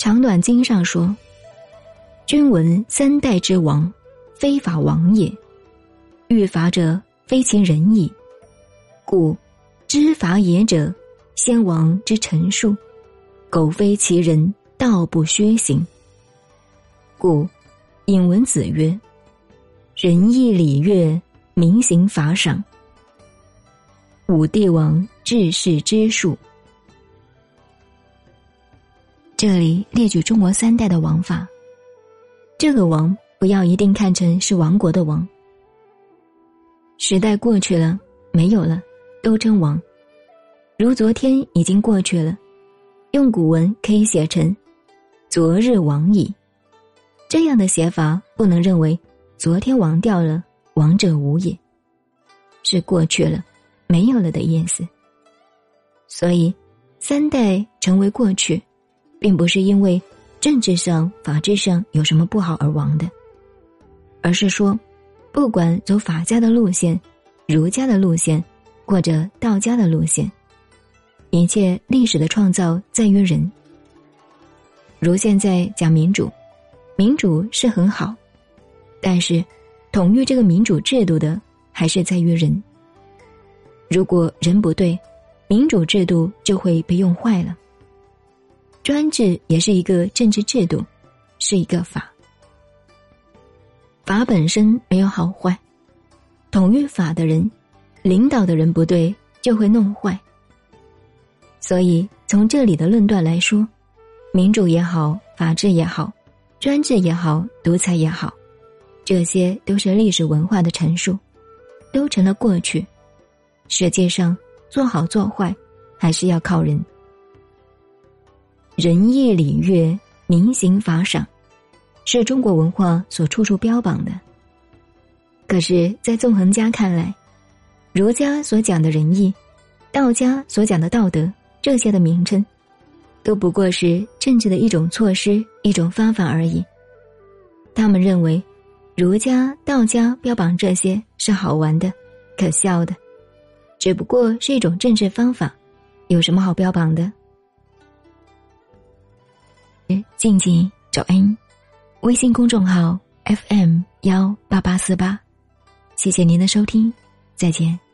长短经上说，君闻三代之王，非法王也，欲法者非其人矣，故知法也者，先王之陈述，苟非其人，道不薛行。故引文子曰，仁义礼乐，民行法赏，武帝王治世之术。这里列举中国三代的王法，这个王不要一定看成是亡国的王，时代过去了，没有了，都称王。如昨天已经过去了，用古文可以写成昨日亡矣。这样的写法不能认为昨天亡掉了，亡者无也，是过去了，没有了的意思。所以三代成为过去，并不是因为政治上法治上有什么不好而亡的，而是说不管走法家的路线，儒家的路线，或者道家的路线，一切历史的创造在于人。如现在讲民主，民主是很好，但是统御这个民主制度的还是在于人。如果人不对，民主制度就会被用坏了。专制也是一个政治制度，是一个法，法本身没有好坏，统御法的人，领导的人不对，就会弄坏。所以从这里的论断来说，民主也好，法治也好，专制也好，独裁也好，这些都是历史文化的陈述，都成了过去。实际上做好做坏还是要靠人。仁义礼乐，民行法赏，是中国文化所处处标榜的。可是在纵横家看来，儒家所讲的仁义，道家所讲的道德，这些的名称都不过是政治的一种措施，一种方法而已。他们认为儒家道家标榜这些是好玩的，可笑的，只不过是一种政治方法，有什么好标榜的？静静找恩，微信公众号 FM18848，谢谢您的收听，再见。